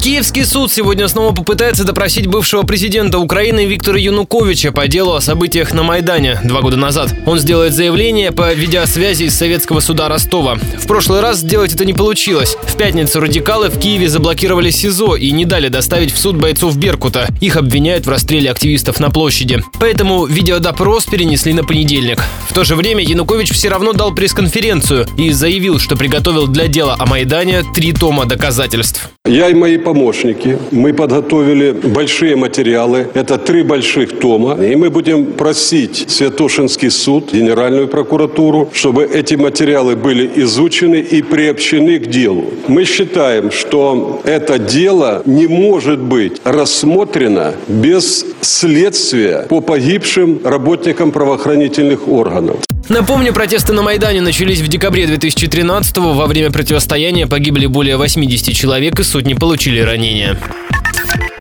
Киевский суд сегодня снова попытается допросить бывшего президента Украины Виктора Януковича по делу о событиях на Майдане 2 года назад. Он сделает заявление по видеосвязи из советского суда Ростова. В прошлый раз сделать это не получилось. В пятницу радикалы в Киеве заблокировали СИЗО и не дали доставить в суд бойцов Беркута. Их обвиняют в расстреле активистов на площади. Поэтому видеодопрос перенесли на понедельник. В то же время Янукович все равно дал пресс-конференцию и заявил, что приготовил для дела о Майдане 3 тома доказательств. Я и мои помощники, мы подготовили большие материалы, это 3 больших тома, и мы будем просить Святошинский суд, Генеральную прокуратуру, чтобы эти материалы были изучены и приобщены к делу. Мы считаем, что это дело не может быть рассмотрено без следствия по погибшим работникам правоохранительных органов. Напомню, протесты на Майдане начались в декабре 2013-го. Во время противостояния погибли более 80 человек и сотни получили ранения.